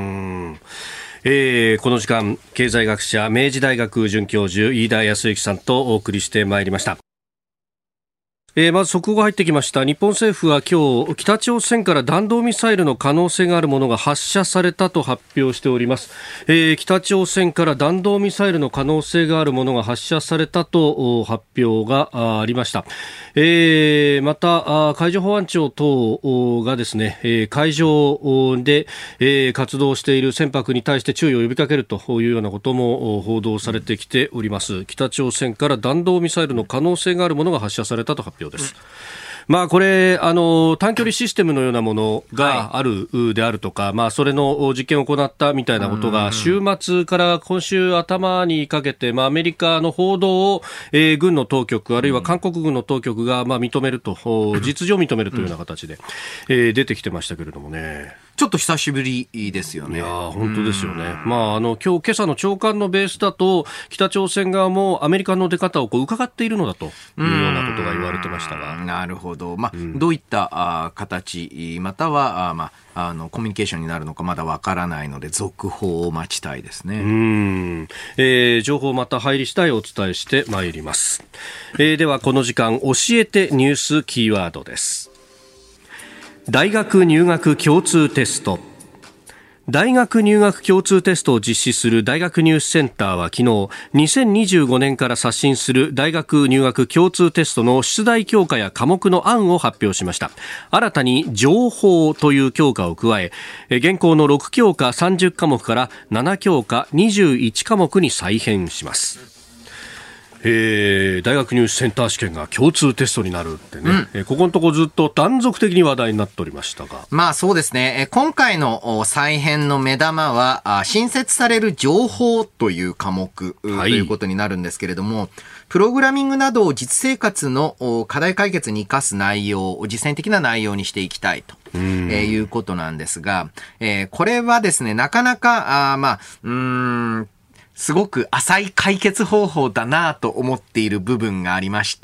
この時間、経済学者明治大学准教授飯田康之さんとお送りしてまいりました。まず速報が入ってきました。日本政府は今日、北朝鮮から弾道ミサイルの可能性があるものが発射されたと発表しております。北朝鮮から弾道ミサイルの可能性があるものが発射されたと発表がありました。また、海上保安庁等がですね、海上で活動している船舶に対して注意を呼びかけるというようなことも報道されてきております。北朝鮮から弾道ミサイルの可能性があるものが発射されたと発表です。これ短距離システムのようなものがあるであるとか、それの実験を行ったみたいなことが週末から今週頭にかけて、アメリカの報道を、軍の当局あるいは韓国軍の当局が認めると、実情認めるというような形で、出てきてましたけれどもね。 ちょっと久しぶりですよね。 いや本当ですよね。今朝の長官のベースだと、北朝鮮側もアメリカの出方を伺っているのだというようなことが言われてましたが。 なるほど。どういった形、またはコミュニケーションになるのかまだわからないので、続報を待ちたいですね。 情報また入り次第お伝えしてまいります。ではこの時間、教えてニュースキーワードです。大学入学共通テスト。大学入学共通テストを実施する大学入試センターは昨日、2025年から刷新する大学入学共通テストの出題教科や科目の案を発表しました。新たに情報という教科を加え、現行の6教科30科目から7教科21科目に再編します。大学入試センター試験が共通テストになるってね、ここのところずっと断続的に話題になっておりましたが、 そうですね。今回の再編の目玉は新設される情報という科目ということになるんですけれども、プログラミングなどを実生活の課題解決に生かす内容、実践的な内容にしていきたいということなんですが、これはですね、なかなかすごく浅い解決方法だなと思っている部分がありまして、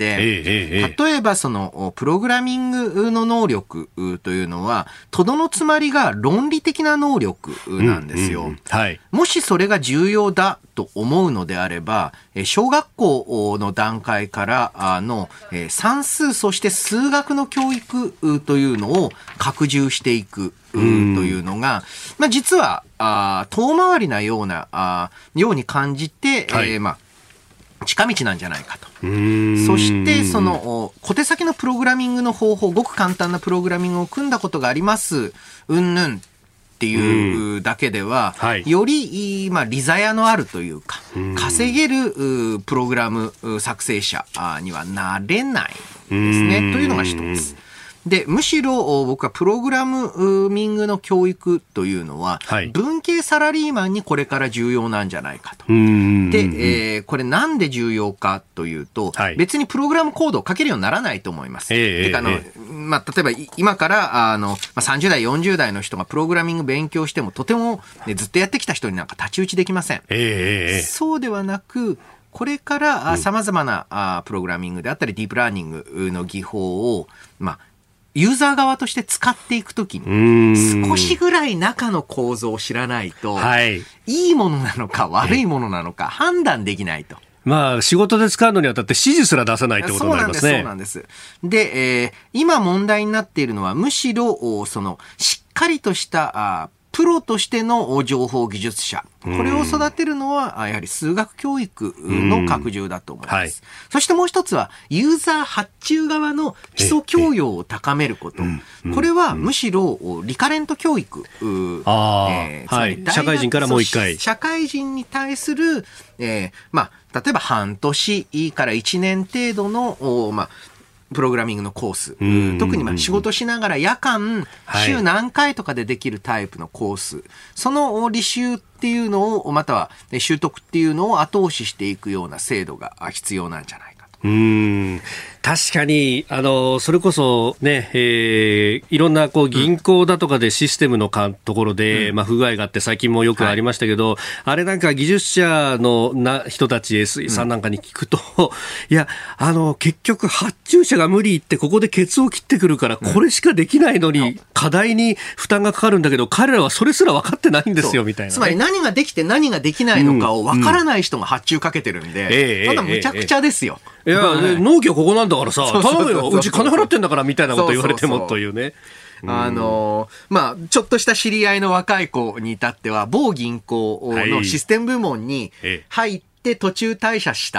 例えばそのプログラミングの能力というのは、とどのつまりが論理的な能力なんですよ。もしそれが重要だと思うのであれば、小学校の段階からの算数、そして数学の教育というのを拡充していくというのが、実は遠回りなように感じて、近道なんじゃないかと。そしてその小手先のプログラミングの方法、ごく簡単なプログラミングを組んだことがありますうんぬんっていうだけでは、より利ざやのあるというか、稼げるプログラム作成者にはなれないですね、というのが一つ。で、むしろ僕はプログラミングの教育というのは、文系サラリーマンにこれから重要なんじゃないかと。で、これなんで重要かというと、別にプログラムコードを書けるようにならないと思います。例えば今から30代、40代の人がプログラミング勉強しても、とても、ずっとやってきた人になんか太刀打ちできません。そうではなく、これから様々なプログラミングであったりディープラーニングの技法を、ユーザー側として使っていくときに、少しぐらい中の構造を知らないと、いいものなのか悪いものなのか判断できないと。 仕事で使うのにあたって指示すら出さないってことになりますね。 そうなんです。で、今問題になっているのは、むしろ、しっかりとしたプロとしての情報技術者。これを育てるのは、やはり数学教育の拡充だと思います。そしてもう一つは、ユーザー発注側の基礎教養を高めること。これはむしろ、リカレント教育。 社会人からもう一回。 社会人に対する、例えば半年から1年程度の、プログラミングのコース。特に仕事しながら夜間、週何回とかでできるタイプのコース。その履修っていうのを、または習得っていうのを後押ししていくような制度が必要なんじゃないかと。 確かに、それこそね、いろんな銀行だとかでシステムのところで、不具合があって最近もよくありましたけど、あれなんか技術者の人たち SE さんなんかに聞くと、いや、結局発注者が無理言ってここでケツを切ってくるから、これしかできないのに課題に負担がかかるんだけど、彼らはそれすら分かってないんですよ、みたいな、 つまり何ができて何ができないのかを分からない人が発注かけてるんで、ただむちゃくちゃですよ。 いや、納期はここなんだからさ、頼むよ、うち金払ってんだからみたいなこと言われてもというね。 ちょっとした知り合いの若い子に至っては、某銀行のシステム部門に入って途中退社した。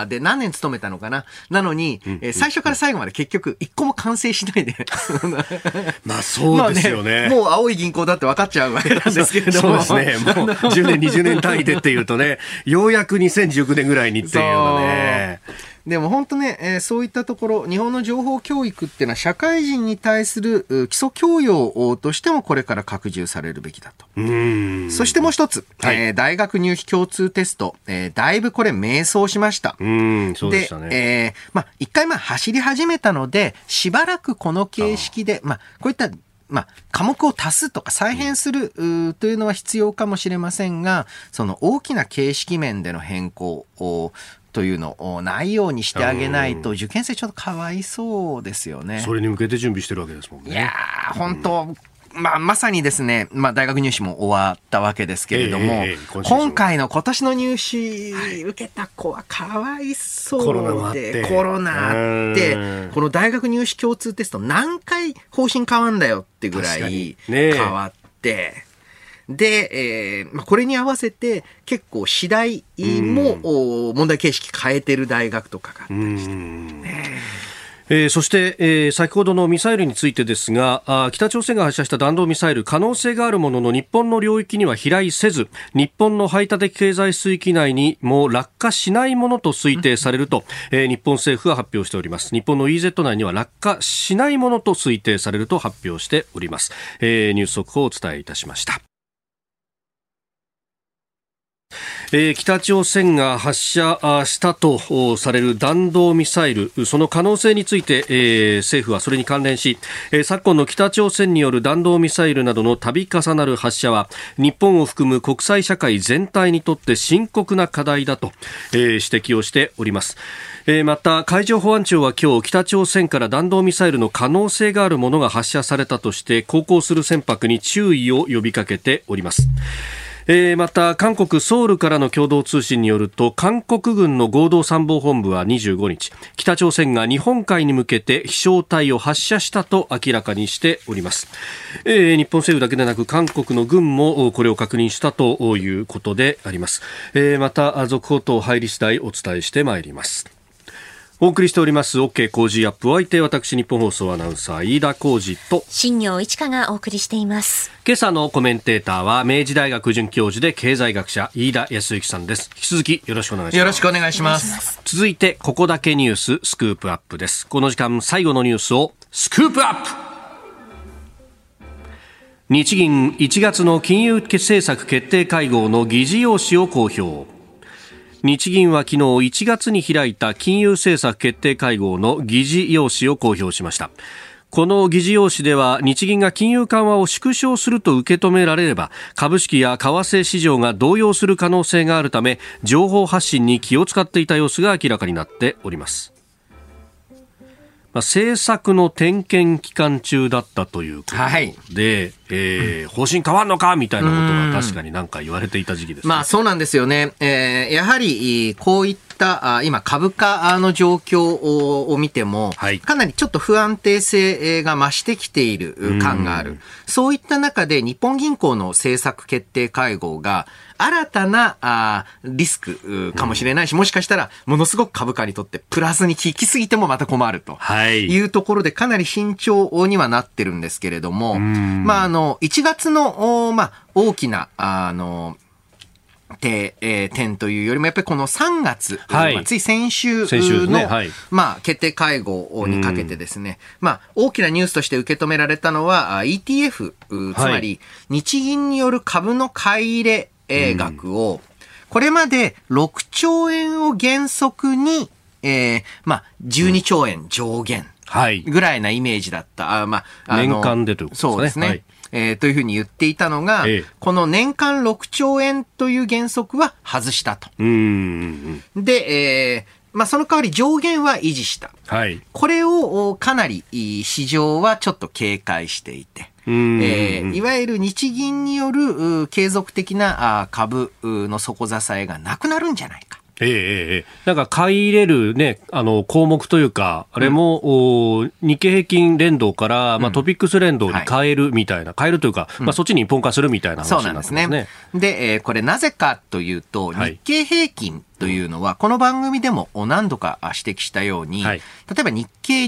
で、何年勤めたのかな。なのに、最初から最後まで結局一個も完成しないで。 そうですよね。 もう青い銀行だって分かっちゃうわけなんですけれども。 そうですね。もう10年、20年単位でっていうとね、ようやく2019年ぐらいにっていうようなね。 でも本当ね、そういったところ、日本の情報教育っていうのは社会人に対する基礎教養としてもこれから拡充されるべきだと。そしてもう一つ、大学入試共通テスト、だいぶこれ迷走しました。 そうでしたね。 一回走り始めたので、しばらくこの形式で、こういった科目を足すとか再編するというのは必要かもしれませんが、その大きな形式面での変更というのをないようにしてあげないと、受験生ちょっとかわいそうですよね。 それに向けて準備してるわけですもんね。 いやー、本当、まさにですね、大学入試も終わったわけですけれども、今年の入試受けた子はかわいそうで、コロナあって、この大学入試共通テスト何回方針変わんだよってぐらい変わって、で、これに合わせて結構次第も問題形式変えてる大学とかがあったりして、 そして、先ほどのミサイルについてですが、北朝鮮が発射した弾道ミサイル、可能性があるものの日本の領域には飛来せず、日本の排他的経済水域内にも落下しないものと推定されると、日本政府は発表しております。日本の EEZ 内には落下しないものと推定されると発表しております。ニュース速報をお伝えいたしました。 北朝鮮が発射したとされる弾道ミサイル、その可能性について、政府はそれに関連し、昨今の北朝鮮による弾道ミサイルなどの度重なる発射は日本を含む国際社会全体にとって深刻な課題だと、指摘をしております。また海上保安庁は今日、北朝鮮から弾道ミサイルの可能性があるものが発射されたとして航行する船舶に注意を呼びかけております。また韓国ソウルからの共同通信によると、韓国軍の合同参謀本部は25日、北朝鮮が日本海に向けて飛翔体を発射したと明らかにしております。日本政府だけでなく韓国の軍もこれを確認したということであります。また続報等入り次第お伝えしてまいります。お送りしております OK 工事アップ、お相手私日本放送アナウンサー飯田浩司と新業一華がお送りしています。 今朝のコメンテーターは明治大学准教授で経済学者飯田康之さんです。引き続きよろしくお願いします。 よろしくお願いします。 続いてここだけニューススクープアップです。この時間最後のニュースをスクープアップ。日銀1月の金融政策決定会合の議事要旨を公表。日銀は昨日1月に開いた金融政策決定会合の議事要旨を公表しました。この議事要旨では、日銀が金融緩和を縮小すると受け止められれば株式や為替市場が動揺する可能性があるため、情報発信に気を使っていた様子が明らかになっております。政策の点検期間中だったということで、方針変わんのかみたいなことが確かに何か言われていた時期ですね。 まあそうなんですよね。やはりこういった今株価の状況を見ても、かなりちょっと不安定性が増してきている感がある。そういった中で日本銀行の政策決定会合が新たなリスクかもしれないし、もしかしたらものすごく株価にとってプラスに効きすぎてもまた困るというところで、かなり慎重にはなってるんですけれども、1月の大きな点というよりもやっぱりこの3月、つい先週の決定会合にかけてですね、大きなニュースとして受け止められたのは ETF、つまり日銀による株の買い入れ額をこれまで6兆円を原則に、12兆円上限ぐらいなイメージだった。 年間でということですね。 そうですね。というふうに言っていたのが、この年間6兆円という原則は外したと。で、その代わり上限は維持した。これをかなり市場はちょっと警戒していて、いわゆる日銀による継続的な株の底支えがなくなるんじゃないか。 なんか買い入れるね、項目というか、あれも、日経平均連動から、トピックス連動に変えるみたいな、変えるというか、そっちに一本化するみたいな話になってますね。そうなんですね。で、これなぜかというと、日経平均というのは、この番組でも何度か指摘したように、例えば日経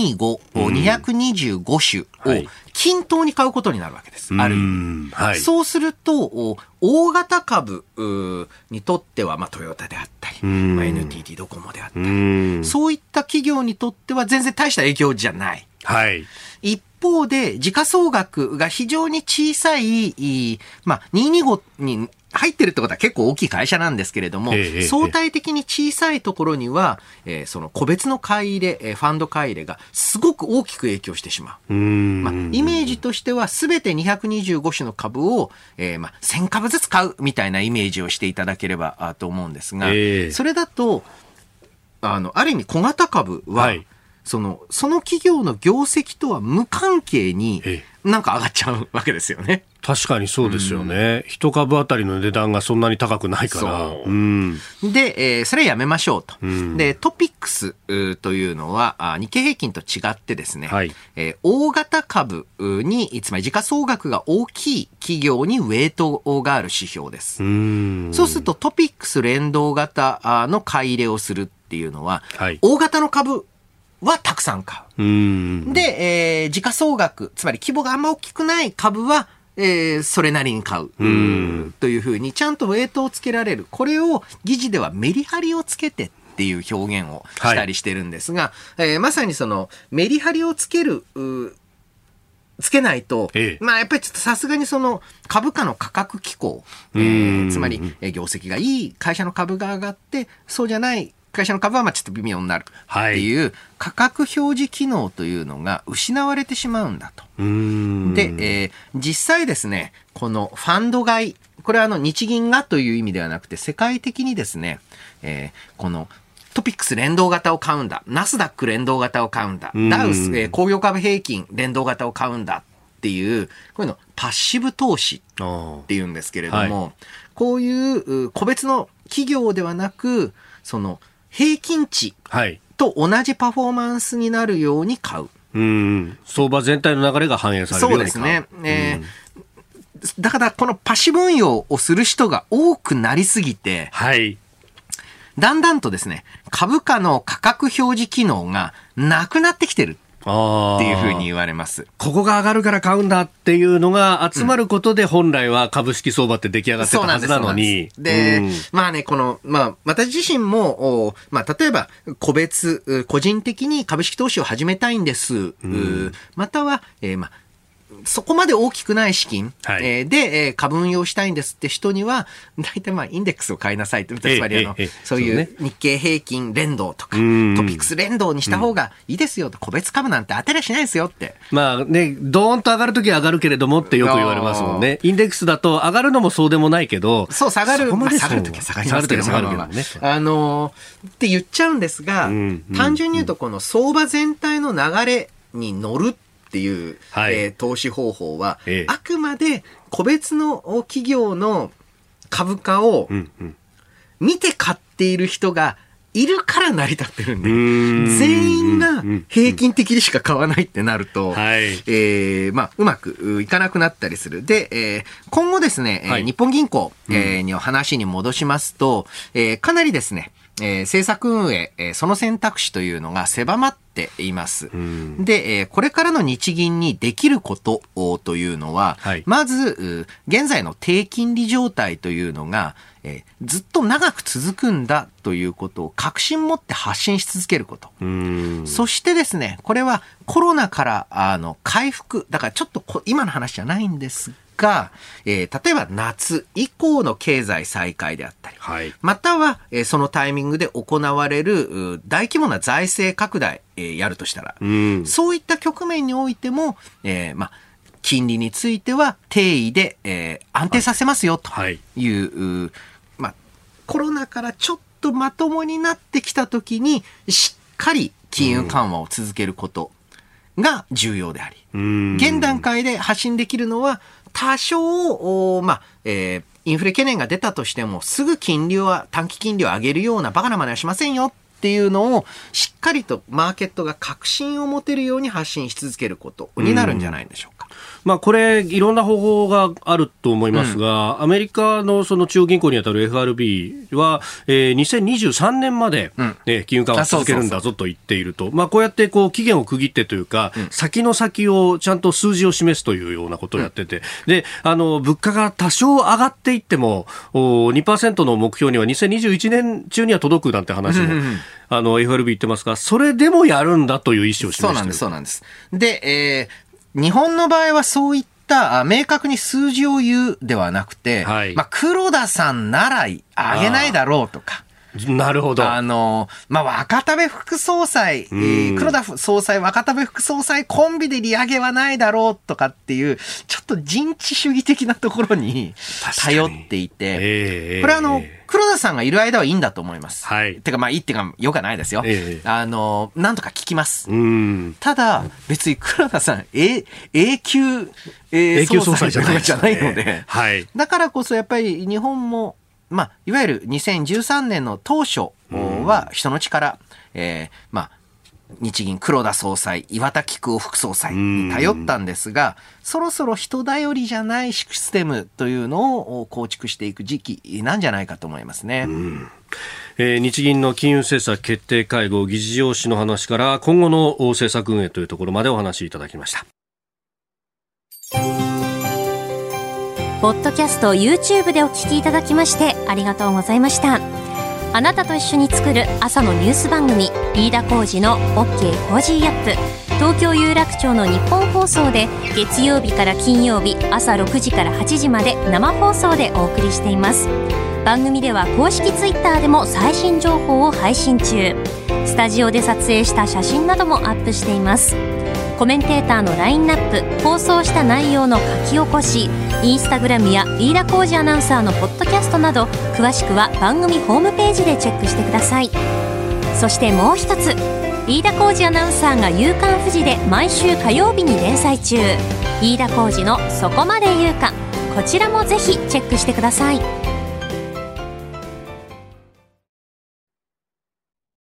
225、225種を均等に買うことになるわけです。ある意味。そうすると、大型株にとっては、トヨタであったり、NTT ドコモであったり、そういった企業にとっては全然大した影響じゃない。一方で、時価総額が非常に小さい、225に入ってるってことは結構大きい会社なんですけれども、相対的に小さいところには、その個別の買い入れ、ファンド買い入れがすごく大きく影響してしまう。イメージとしては全て225種の株を、1000株ずつ買うみたいなイメージをしていただければと思うんですが、それだと、ある意味小型株は、その企業の業績とは無関係になんか上がっちゃうわけですよね。 確かにそうですよね。一株あたりの値段がそんなに高くないから。 で、それはやめましょうと。で、トピックスというのは日経平均と違ってですね、大型株に、つまり時価総額が大きい企業にウェイトがある指標です。そうするとトピックス連動型の買い入れをするっていうのは、大型の株はたくさん買う。で、時価総額、つまり規模があんま大きくない株は、それなりに買う。というふうに、ちゃんとウェイトをつけられる。これを議事ではメリハリをつけてっていう表現をしたりしてるんですが、まさにそのメリハリをつけるつけないと、まあやっぱりちょっとさすがにその株価の価格機構、つまり業績がいい会社の株が上がって、そうじゃない会社の株はまあちょっと微妙になるっていう価格表示機能というのが失われてしまうんだと。で、実際ですね、このファンド買い、これは日銀がという意味ではなくて、世界的にですね、このトピックス連動型を買うんだ、ナスダック連動型を買うんだ、ダウス、工業株平均連動型を買うんだっていう、こういうのパッシブ投資っていうんですけれども、こういう個別の企業ではなく、その平均値と同じパフォーマンスになるように買う。 相場全体の流れが反映されるように買う。そうですね。 だからこのパッシブ運用をする人が多くなりすぎて、だんだんとですね、株価の価格表示機能がなくなってきてるっていうふうに言われます。 ここが上がるから買うんだっていうのが集まることで本来は株式相場って出来上がってたはずなのに。 で、まあね、この、まあ私自身も、まあ例えば個人的に株式投資を始めたいんです。または、まあそこまで大きくない資金、で、株運用したいんですって人には、大体まあインデックスを買いなさいと。つまりそういう日経平均連動とか、トピックス連動にした方がいいですよと、個別株なんて当たりはしないですよって。 まあね、ドーンと上がるときは上がるけれどもってよく言われますもんね。インデックスだと上がるのもそうでもないけど、 そう、下がるときは下がりますけどね。って言っちゃうんですが、単純に言うとこの相場全体の流れに乗るっていう、投資方法は、あくまで個別の企業の株価を見て買っている人がいるから成り立ってるんで、全員が平均的にしか買わないってなると、まあ、うまくいかなくなったりする。で、今後ですね、日本銀行の話に戻しますと、かなりですね、政策運営、その選択肢というのが狭まっています。で、これからの日銀にできることというのは、まず、現在の低金利状態というのが、ずっと長く続くんだということを確信持って発信し続けること。そしてですね、これはコロナから回復、だからちょっと今の話じゃないんですが、例えば夏以降の経済再開であったり、または、そのタイミングで行われる大規模な財政拡大、やるとしたら、そういった局面においても、まあ、金利については定位で、安定させますよという、まあ、コロナからちょっとまともになってきたときにしっかり金融緩和を続けることが重要であり、現段階で発信できるのは多少、まあインフレ懸念が出たとしてもすぐ短期金利を上げるようなバカな真似はしませんよっていうのをしっかりとマーケットが確信を持てるように発信し続けることになるんじゃないでしょうか。 まあ、これいろんな方法があると思いますが、アメリカのその中央銀行にあたる FRB は、2023年まで、金融緩和を続けるんだぞと言っていると。まあ、こうやって期限を区切ってというか、先の先をちゃんと数字を示すというようなことをやってて、で、物価が多少上がっていっても、2% の目標には2021年中には届くなんて話も、FRB 言ってますが、それでもやるんだという意思を示している。 そうなんです。で、日本の場合はそういった明確に数字を言うではなくて、まあ、黒田さんなら上げないだろうとか、 なるほど。 まあ、若田部副総裁、黒田総裁、若田部副総裁コンビで利上げはないだろうとかっていう、ちょっと人治主義的なところに頼っていて、これは黒田さんがいる間はいいんだと思います。てか、まあいいっていうか、よくはないですよ。なんとか聞きます。ただ、別に黒田さん、永久総裁じゃないので、だからこそやっぱり日本も、まあ、いわゆる2013年の当初は人の力、まあ、日銀黒田総裁、岩田紀久夫副総裁に頼ったんですが、そろそろ人頼りじゃないシステムというのを構築していく時期なんじゃないかと思いますね。 日銀の金融政策決定会合議事要旨の話から今後の政策運営というところまでお話しいただきました。 ポッドキャスト YouTube でお聞きいただきましてありがとうございました。あなたと一緒に作る朝のニュース番組、飯田浩司の OK コージーアップ。 東京有楽町の日本放送で月曜日から金曜日朝6時から8時まで生放送でお送りしています。番組では公式ツイッターでも最新情報を配信中。スタジオで撮影した写真などもアップしています。コメンテーターのラインナップ、放送した内容の書き起こし、インスタグラムや飯田浩司アナウンサーのポッドキャストなど、詳しくは番組ホームページでチェックしてください。そしてもう一つ、飯田浩司アナウンサーが夕刊フジで毎週火曜日に連載中、飯田浩司のそこまで言うか、こちらもぜひチェックしてください。